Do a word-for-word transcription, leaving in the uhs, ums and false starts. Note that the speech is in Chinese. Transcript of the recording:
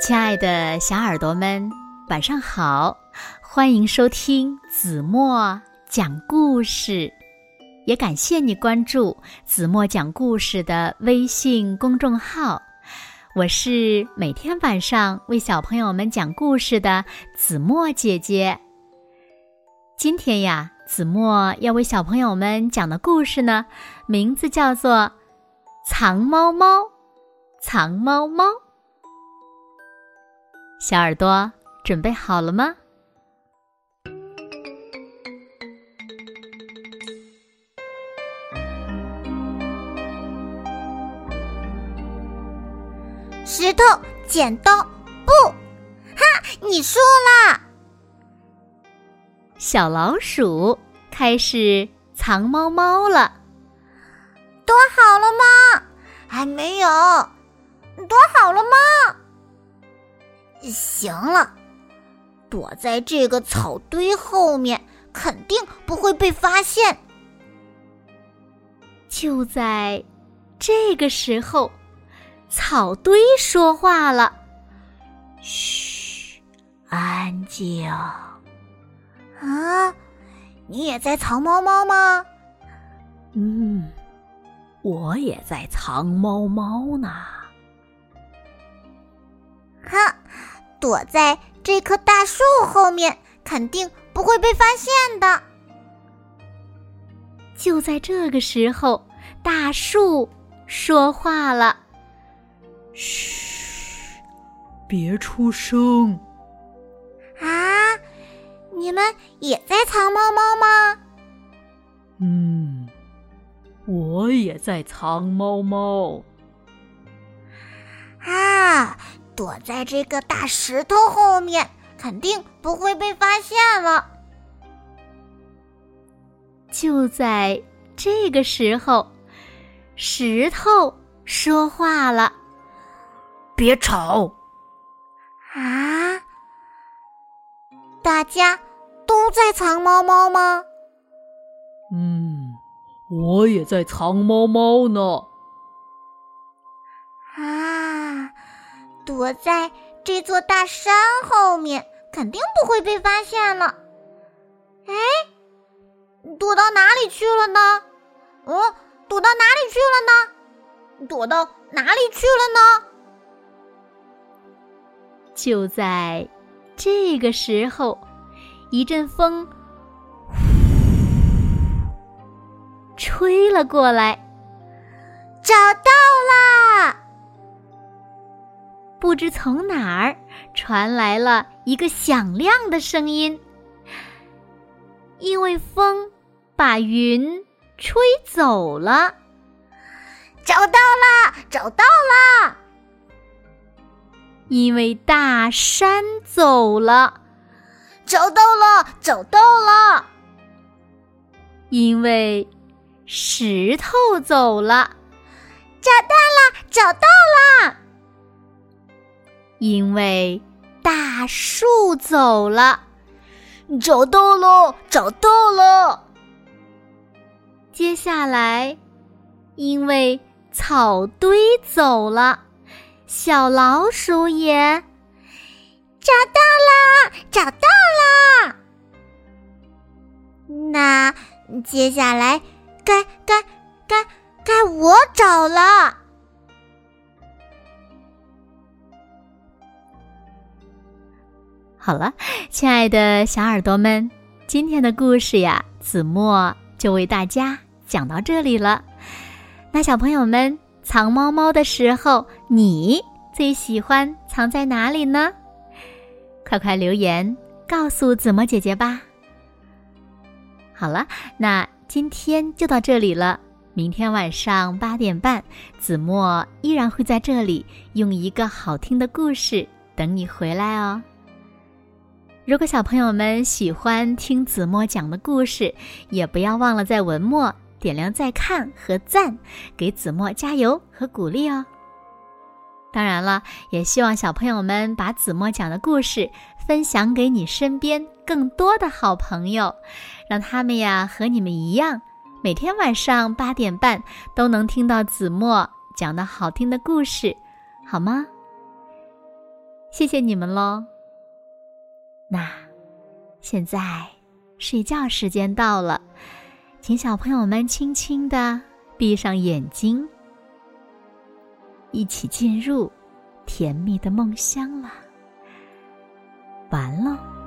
亲爱的小耳朵们，晚上好，欢迎收听子墨讲故事，也感谢你关注子墨讲故事的微信公众号。我是每天晚上为小朋友们讲故事的子墨姐姐。今天呀，子墨要为小朋友们讲的故事呢，名字叫做藏猫猫，藏猫猫。小耳朵准备好了吗？ 石头剪刀布，哈，你输了。 小老鼠开始藏猫猫了。 躲好了吗？还没有。躲好了吗？行了，躲在这个草堆后面，肯定不会被发现。 就在这个时候，草堆说话了： 嘘，安静。啊，你也在藏猫猫吗？ 嗯，我也在藏猫猫呢。 哈，躲在这棵大树后面，肯定不会被发现的。 就在这个时候，大树说话了： 嘘，别出声。 啊，你们也在藏猫猫吗？ 嗯，我也在藏猫猫。 啊，躲在这个大石头后面，肯定不会被发现了。 就在这个时候，石头说话了： 别吵。 啊，大家都在藏猫猫吗？ 嗯，我也在藏猫猫呢。 啊，躲在这座大山后面，肯定不会被发现了。哎，躲到哪里去了呢？嗯，躲到哪里去了呢？躲到哪里去了呢？ 就在这个时候，一阵风吹了过来。 找到啦！ 不知从哪儿传来了一个响亮的声音，因为风把云吹走了。 找到啦！找到啦！ 因为大山走了。 找到了！找到了！ 因为石头走了。 找到了！找到了！ 因为大树走了。 找到了！找到了！ 接下来，因为草堆走了，小老鼠也找到啦！找到啦！那接下来该该该该我找了。 好了，亲爱的小耳朵们，今天的故事呀，子墨就为大家讲到这里了。那小朋友们，藏猫猫的时候，你最喜欢藏在哪里呢？快快留言告诉子墨姐姐吧。好了，那今天就到这里了。明天晚上八点半，子墨依然会在这里用一个好听的故事等你回来哦。如果小朋友们喜欢听子墨讲的故事，也不要忘了在文末点亮再看和赞，给子墨加油和鼓励哦。当然了，也希望小朋友们把子墨讲的故事分享给你身边更多的好朋友，让他们呀和你们一样，每天晚上八点半都能听到子墨讲的好听的故事，好吗？ 谢谢你们喽。那现在睡觉时间到了，请小朋友们轻轻地闭上眼睛，一起进入甜蜜的梦乡了。完喽。